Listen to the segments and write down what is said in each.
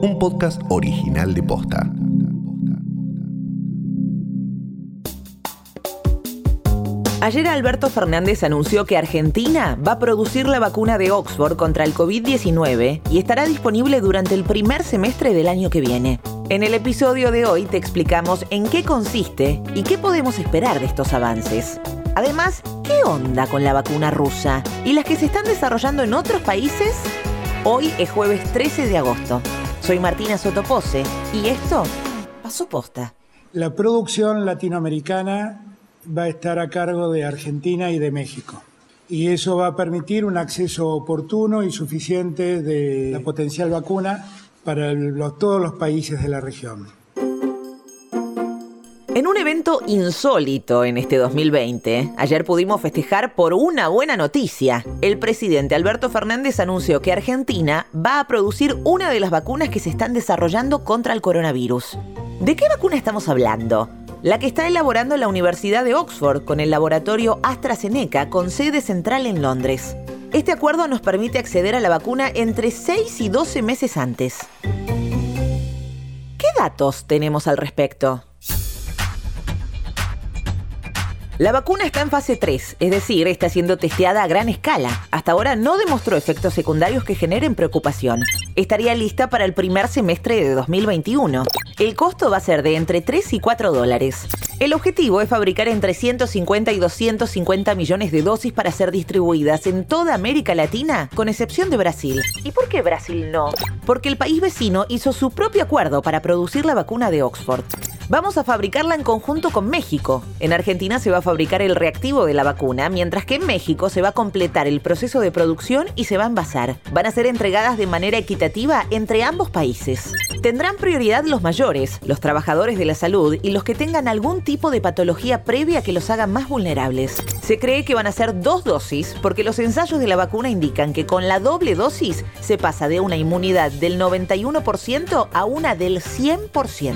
un podcast original de Posta. Ayer Alberto Fernández anunció que Argentina va a producir la vacuna de Oxford contra el COVID-19 y estará disponible durante el primer semestre del año que viene. En el episodio de hoy te explicamos en qué consiste y qué podemos esperar de estos avances. Además, ¿qué onda con la vacuna rusa y las que se están desarrollando en otros países? Hoy es jueves 13 de agosto. Soy Martina Sotopose y esto pasó posta. La producción latinoamericana va a estar a cargo de Argentina y de México. Y eso va a permitir un acceso oportuno y suficiente de la potencial vacuna para todos los países de la región. En un evento insólito en este 2020, ayer pudimos festejar por una buena noticia. El presidente Alberto Fernández anunció que Argentina va a producir una de las vacunas que se están desarrollando contra el coronavirus. ¿De qué vacuna estamos hablando? La que está elaborando la Universidad de Oxford con el laboratorio AstraZeneca con sede central en Londres. Este acuerdo nos permite acceder a la vacuna entre 6 y 12 meses antes. ¿Qué datos tenemos al respecto? La vacuna está en fase 3, es decir, está siendo testeada a gran escala. Hasta ahora no demostró efectos secundarios que generen preocupación. Estaría lista para el primer semestre de 2021. El costo va a ser de entre $3 y $4. El objetivo es fabricar entre 150 y 250 millones de dosis para ser distribuidas en toda América Latina, con excepción de Brasil. ¿Y por qué Brasil no? Porque el país vecino hizo su propio acuerdo para producir la vacuna de Oxford. Vamos a fabricarla en conjunto con México. En Argentina se va a fabricar el reactivo de la vacuna, mientras que en México se va a completar el proceso de producción y se va a envasar. Van a ser entregadas de manera equitativa entre ambos países. Tendrán prioridad los mayores, los trabajadores de la salud y los que tengan algún tipo de patología previa que los haga más vulnerables. Se cree que van a ser 2 dosis porque los ensayos de la vacuna indican que con la doble dosis se pasa de una inmunidad del 91% a una del 100%.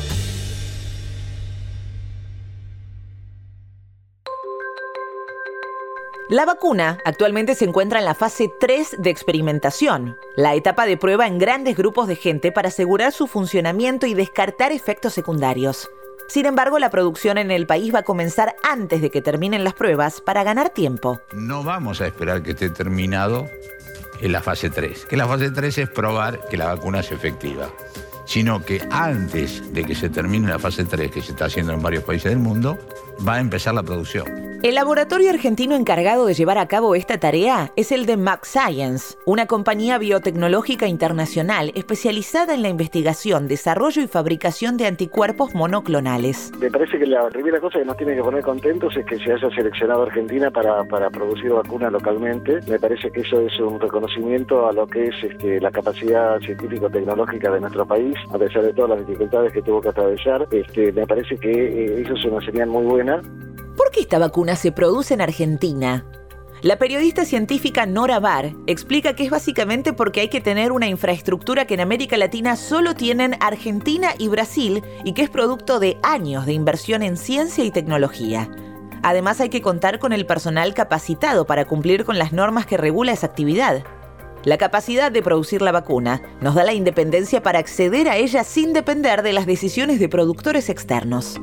La vacuna actualmente se encuentra en la fase 3 de experimentación, la etapa de prueba en grandes grupos de gente para asegurar su funcionamiento y descartar efectos secundarios. Sin embargo, la producción en el país va a comenzar antes de que terminen las pruebas para ganar tiempo. No vamos a esperar que esté terminado en la fase 3, que la fase 3 es probar que la vacuna es efectiva, sino que antes de que se termine la fase 3, que se está haciendo en varios países del mundo, va a empezar la producción. El laboratorio argentino encargado de llevar a cabo esta tarea es el de MagScience, una compañía biotecnológica internacional especializada en la investigación, desarrollo y fabricación de anticuerpos monoclonales. Me parece que la primera cosa que nos tiene que poner contentos es que se haya seleccionado Argentina para producir vacunas localmente. Me parece que eso es un reconocimiento a lo que es la capacidad científico-tecnológica de nuestro país, a pesar de todas las dificultades que tuvo que atravesar. Me parece que eso es una señal muy buena. ¿Por qué esta vacuna se produce en Argentina? La periodista científica Nora Barr explica que es básicamente porque hay que tener una infraestructura que en América Latina solo tienen Argentina y Brasil y que es producto de años de inversión en ciencia y tecnología. Además hay que contar con el personal capacitado para cumplir con las normas que regula esa actividad. La capacidad de producir la vacuna nos da la independencia para acceder a ella sin depender de las decisiones de productores externos.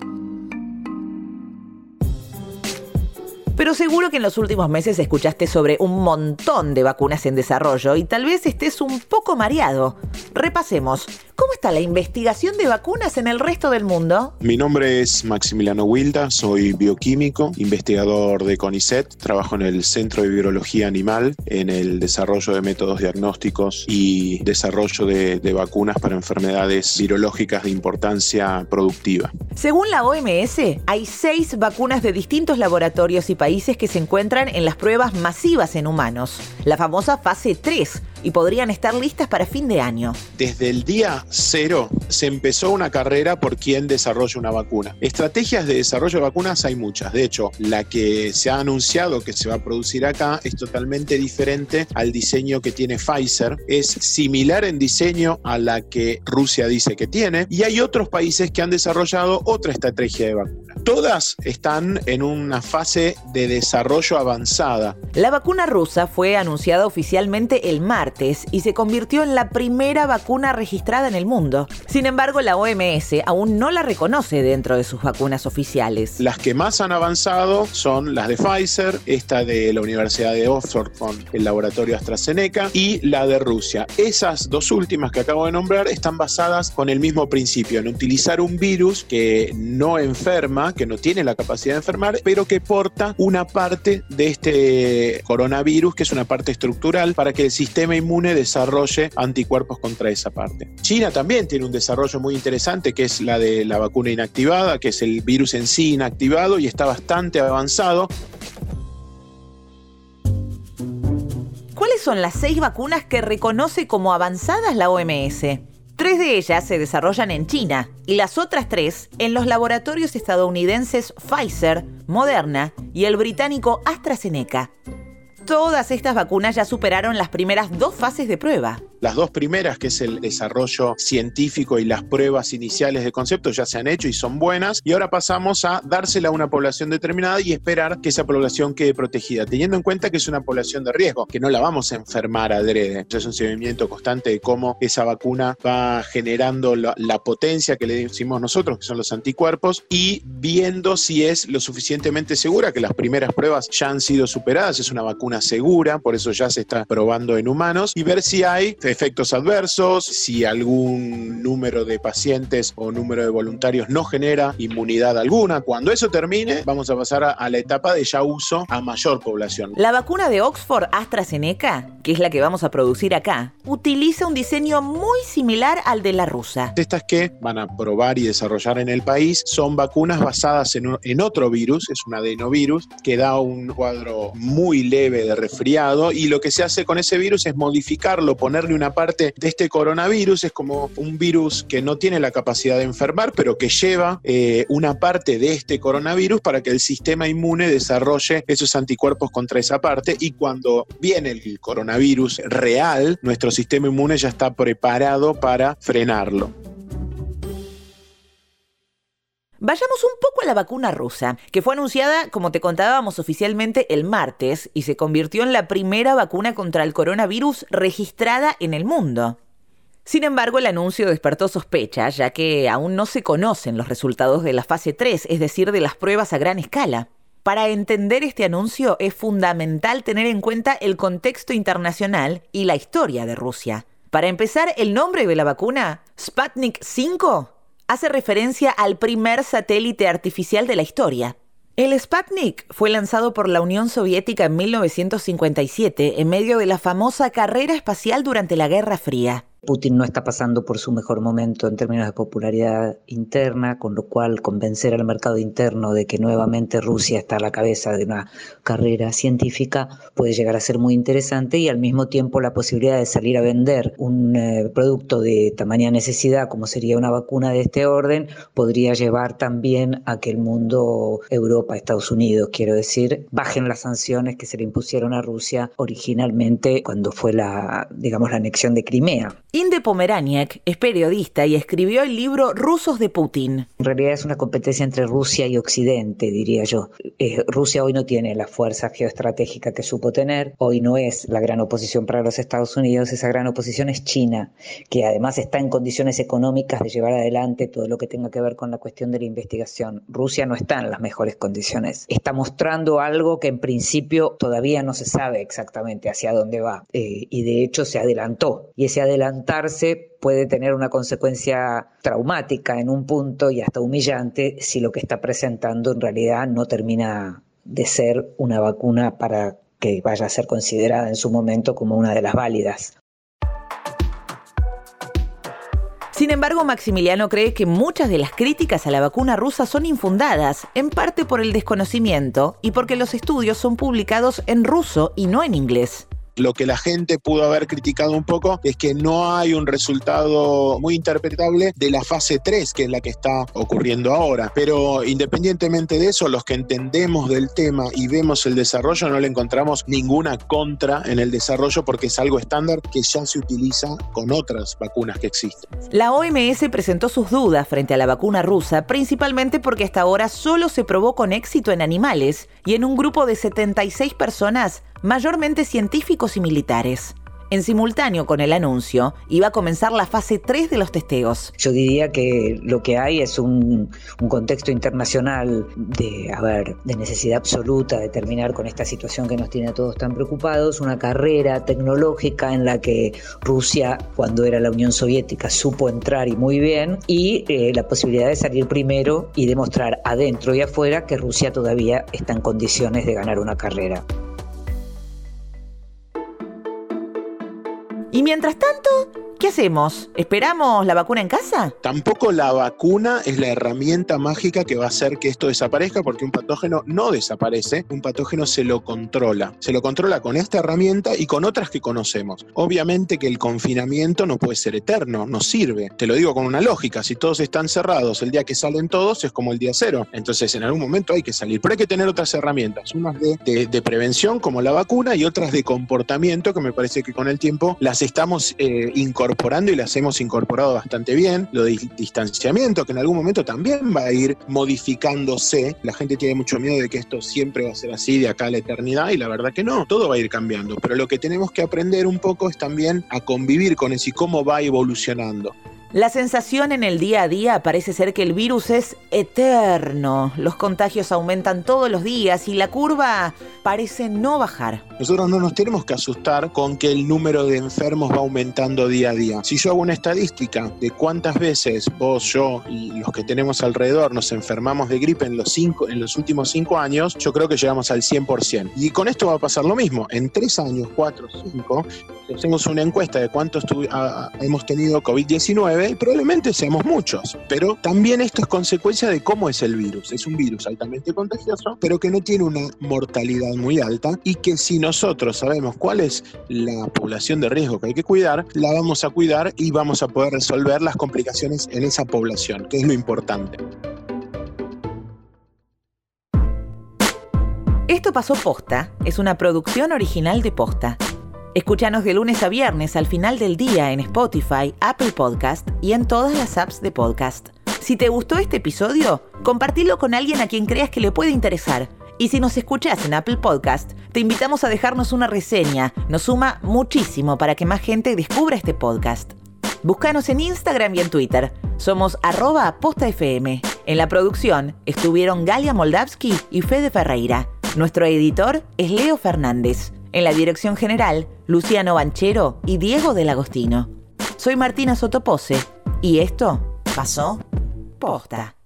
Pero seguro que en los últimos meses escuchaste sobre un montón de vacunas en desarrollo y tal vez estés un poco mareado. Repasemos. ¿Cómo está la investigación de vacunas en el resto del mundo? Mi nombre es Maximiliano Wilda, soy bioquímico, investigador de CONICET, trabajo en el Centro de Virología Animal, en el desarrollo de métodos diagnósticos y desarrollo de vacunas para enfermedades virológicas de importancia productiva. Según la OMS, hay 6 vacunas de distintos laboratorios y países que se encuentran en las pruebas masivas en humanos, la famosa fase 3, y podrían estar listas para fin de año. Desde el día 0 se empezó una carrera por quién desarrolla una vacuna. Estrategias de desarrollo de vacunas hay muchas. De hecho, la que se ha anunciado que se va a producir acá es totalmente diferente al diseño que tiene Pfizer. Es similar en diseño a la que Rusia dice que tiene. Y hay otros países que han desarrollado otra estrategia de vacuna. Todas están en una fase de desarrollo avanzada. La vacuna rusa fue anunciada oficialmente el martes martes y se convirtió en la primera vacuna registrada en el mundo. Sin embargo, la OMS aún no la reconoce dentro de sus vacunas oficiales. Las que más han avanzado son las de Pfizer, esta de la Universidad de Oxford con el laboratorio AstraZeneca y la de Rusia. Esas dos últimas que acabo de nombrar están basadas con el mismo principio, en utilizar un virus que no enferma, que no tiene la capacidad de enfermar, pero que porta una parte de este coronavirus, que es una parte estructural, para que el sistema inmune desarrolle anticuerpos contra esa parte. China también tiene un desarrollo muy interesante, que es la de la vacuna inactivada, que es el virus en sí inactivado y está bastante avanzado. ¿Cuáles son las 6 vacunas que reconoce como avanzadas la OMS? 3 de ellas se desarrollan en China y las otras 3 en los laboratorios estadounidenses Pfizer, Moderna y el británico AstraZeneca. Todas estas vacunas ya superaron las primeras 2 fases de prueba. Las 2 primeras, que es el desarrollo científico y las pruebas iniciales de concepto, ya se han hecho y son buenas. Y ahora pasamos a dársela a una población determinada y esperar que esa población quede protegida, teniendo en cuenta que es una población de riesgo, que no la vamos a enfermar adrede. Es un seguimiento constante de cómo esa vacuna va generando la potencia que le decimos nosotros, que son los anticuerpos, y viendo si es lo suficientemente segura, que las primeras pruebas ya han sido superadas. Es una vacuna segura, por eso ya se está probando en humanos, y ver si hay efectos adversos, si algún número de pacientes o número de voluntarios no genera inmunidad alguna. Cuando eso termine, vamos a pasar a la etapa de ya uso a mayor población. La vacuna de Oxford AstraZeneca, que es la que vamos a producir acá, utiliza un diseño muy similar al de la rusa. Estas que van a probar y desarrollar en el país son vacunas basadas en otro virus, es un adenovirus, que da un cuadro muy leve de resfriado, y lo que se hace con ese virus es modificarlo, ponerle una parte de este coronavirus. Es como un virus que no tiene la capacidad de enfermar, pero que lleva una parte de este coronavirus para que el sistema inmune desarrolle esos anticuerpos contra esa parte, y cuando viene el coronavirus real, nuestro sistema inmune ya está preparado para frenarlo. Vayamos un poco a la vacuna rusa, que fue anunciada, como te contábamos, oficialmente el martes y se convirtió en la primera vacuna contra el coronavirus registrada en el mundo. Sin embargo, el anuncio despertó sospechas, ya que aún no se conocen los resultados de la fase 3, es decir, de las pruebas a gran escala. Para entender este anuncio es fundamental tener en cuenta el contexto internacional y la historia de Rusia. Para empezar, el nombre de la vacuna, Sputnik 5, hace referencia al primer satélite artificial de la historia. El Sputnik fue lanzado por la Unión Soviética en 1957 en medio de la famosa carrera espacial durante la Guerra Fría. Putin no está pasando por su mejor momento en términos de popularidad interna, con lo cual convencer al mercado interno de que nuevamente Rusia está a la cabeza de una carrera científica puede llegar a ser muy interesante, y al mismo tiempo la posibilidad de salir a vender un producto de tamaña necesidad como sería una vacuna de este orden podría llevar también a que el mundo, Europa, Estados Unidos, quiero decir, bajen las sanciones que se le impusieron a Rusia originalmente cuando fue la anexión de Crimea. Inde Pomeraniec es periodista y escribió el libro Rusos de Putin. En realidad es una competencia entre Rusia y Occidente, diría yo. Rusia hoy no tiene la fuerza geoestratégica que supo tener, hoy no es la gran oposición para los Estados Unidos, esa gran oposición es China, que además está en condiciones económicas de llevar adelante todo lo que tenga que ver con la cuestión de la investigación. Rusia no está en las mejores condiciones. Está mostrando algo que en principio todavía no se sabe exactamente hacia dónde va, y de hecho se adelantó, y ese adelantarse puede tener una consecuencia traumática en un punto y hasta humillante si lo que está presentando en realidad no termina de ser una vacuna para que vaya a ser considerada en su momento como una de las válidas. Sin embargo, Maximiliano cree que muchas de las críticas a la vacuna rusa son infundadas, en parte por el desconocimiento y porque los estudios son publicados en ruso y no en inglés. Lo que la gente pudo haber criticado un poco es que no hay un resultado muy interpretable de la fase 3, que es la que está ocurriendo ahora. Pero independientemente de eso, los que entendemos del tema y vemos el desarrollo, no le encontramos ninguna contra en el desarrollo, porque es algo estándar que ya se utiliza con otras vacunas que existen. La OMS presentó sus dudas frente a la vacuna rusa, principalmente porque hasta ahora solo se probó con éxito en animales y en un grupo de 76 personas, mayormente científicos y militares. En simultáneo con el anuncio, iba a comenzar la fase 3 de los testeos. Yo diría que lo que hay es un contexto internacional de necesidad absoluta de terminar con esta situación que nos tiene a todos tan preocupados, una carrera tecnológica en la que Rusia, cuando era la Unión Soviética, supo entrar y muy bien, y la posibilidad de salir primero y demostrar adentro y afuera que Rusia todavía está en condiciones de ganar una carrera. Y mientras tanto, ¿qué hacemos? ¿Esperamos la vacuna en casa? Tampoco la vacuna es la herramienta mágica que va a hacer que esto desaparezca, porque un patógeno no desaparece, un patógeno se lo controla. Se lo controla con esta herramienta y con otras que conocemos. Obviamente que el confinamiento no puede ser eterno, no sirve. Te lo digo con una lógica, si todos están cerrados, el día que salen todos es como el día cero. Entonces en algún momento hay que salir, pero hay que tener otras herramientas, unas de prevención como la vacuna y otras de comportamiento que me parece que con el tiempo las estamos incorporando y las hemos incorporado bastante bien. Lo de distanciamiento, que en algún momento también va a ir modificándose. La gente tiene mucho miedo de que esto siempre va a ser así de acá a la eternidad, y la verdad que no, todo va a ir cambiando, pero lo que tenemos que aprender un poco es también a convivir con eso y cómo va evolucionando. La sensación en el día a día parece ser que el virus es eterno. Los contagios aumentan todos los días y la curva parece no bajar. Nosotros no nos tenemos que asustar con que el número de enfermos va aumentando día a día. Si yo hago una estadística de cuántas veces vos, yo y los que tenemos alrededor nos enfermamos de gripe en los últimos 5 años, yo creo que llegamos al 100%. Y con esto va a pasar lo mismo. En 3 años, 4, 5, hacemos una encuesta de cuántos hemos tenido COVID-19 y probablemente seamos muchos. Pero también esto es consecuencia de cómo es el virus. Es un virus altamente contagioso, pero que no tiene una mortalidad muy alta, y que si nosotros sabemos cuál es la población de riesgo que hay que cuidar, la vamos a cuidar y vamos a poder resolver las complicaciones en esa población, que es lo importante. Esto pasó Posta es una producción original de Posta. Escúchanos de lunes a viernes al final del día en Spotify, Apple Podcast y en todas las apps de podcast. Si te gustó este episodio, compartilo con alguien a quien creas que le puede interesar. Y si nos escuchás en Apple Podcast, te invitamos a dejarnos una reseña. Nos suma muchísimo para que más gente descubra este podcast. Búscanos en Instagram y en Twitter. Somos @postafm. En la producción estuvieron Galia Moldavsky y Fede Ferreira. Nuestro editor es Leo Fernández. En la dirección general, Luciano Banchero y Diego del Agostino. Soy Martina Sotopose y esto pasó Posta.